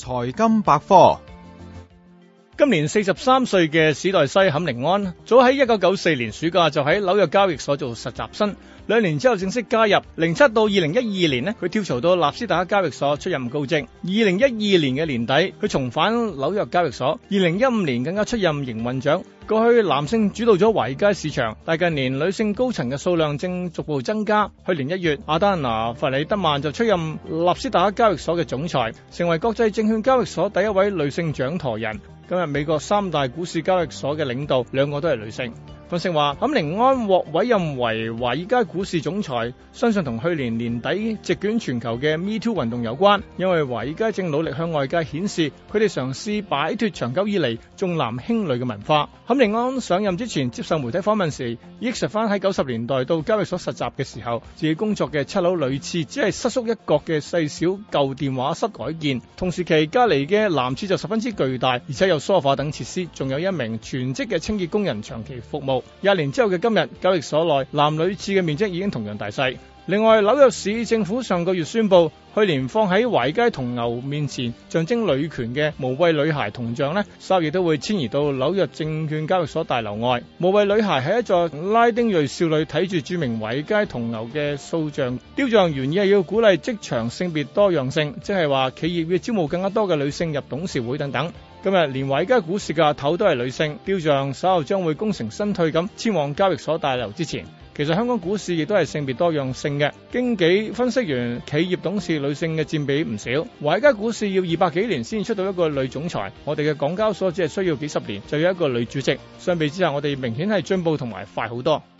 財金百科。 今年43歲嘅史黛西坎寧安，早喺1994年暑假就喺紐約交易所做實習生，2年之後正式加入。07到2012年呢，佢跳槽到納斯達克交易所出任高職。2012年嘅年底，佢重返紐約交易所。2015年更加出任營運長。過去男性主導咗華爾街市場，但近年女性高層嘅數量正逐步增加。去年1月，阿丹娜·弗里德曼就出任納斯達克交易所嘅總裁，成為國際證券交易所第一位女性掌舵人。今日美國3大股市交易所嘅領導2個都係女性。分析話，坎寧安獲委任為華爾街股市總裁，相信同去年年底席捲全球嘅 Me Too 運動有關，因為華爾街正努力向外界顯示佢哋嘗試擺脫長久以嚟重男輕女嘅文化。坎寧安上任之前接受媒體訪問時，憶述翻喺90年代到交易所實習嘅時候，自己工作嘅7樓女廁只係瑟縮一角嘅細小舊電話室改建，同時期隔離嘅男廁就十分之巨大，而且有梳化等設施，仲有一名全職嘅清潔工人長期服務。20年之後嘅今日，交易所內男女廁嘅面積已經同樣大細。另外，紐約市政府上個月宣布，去年放喺華爾街銅牛面前象徵女權嘅無畏女孩銅像呢，3月都會遷移到紐約證券交易所大樓外。無畏女孩係一座拉丁裔少女睇住著名華爾街銅牛嘅塑像雕像，原意係要鼓勵職場性別多樣性，即係話企業要招募更加多嘅女性入董事會等等。今日連華爾街股市嘅頭都係女性，雕像稍後將會功成身退咁遷往交易所大樓之前。其實香港股市亦都係性別多樣性嘅，經紀分析員企業董事女性嘅佔比唔少。華爾街股市要200幾年先出到一個女總裁，我哋嘅港交所只係需要幾十年就有一個女主席。相比之下，我哋明顯係進步同埋快好多。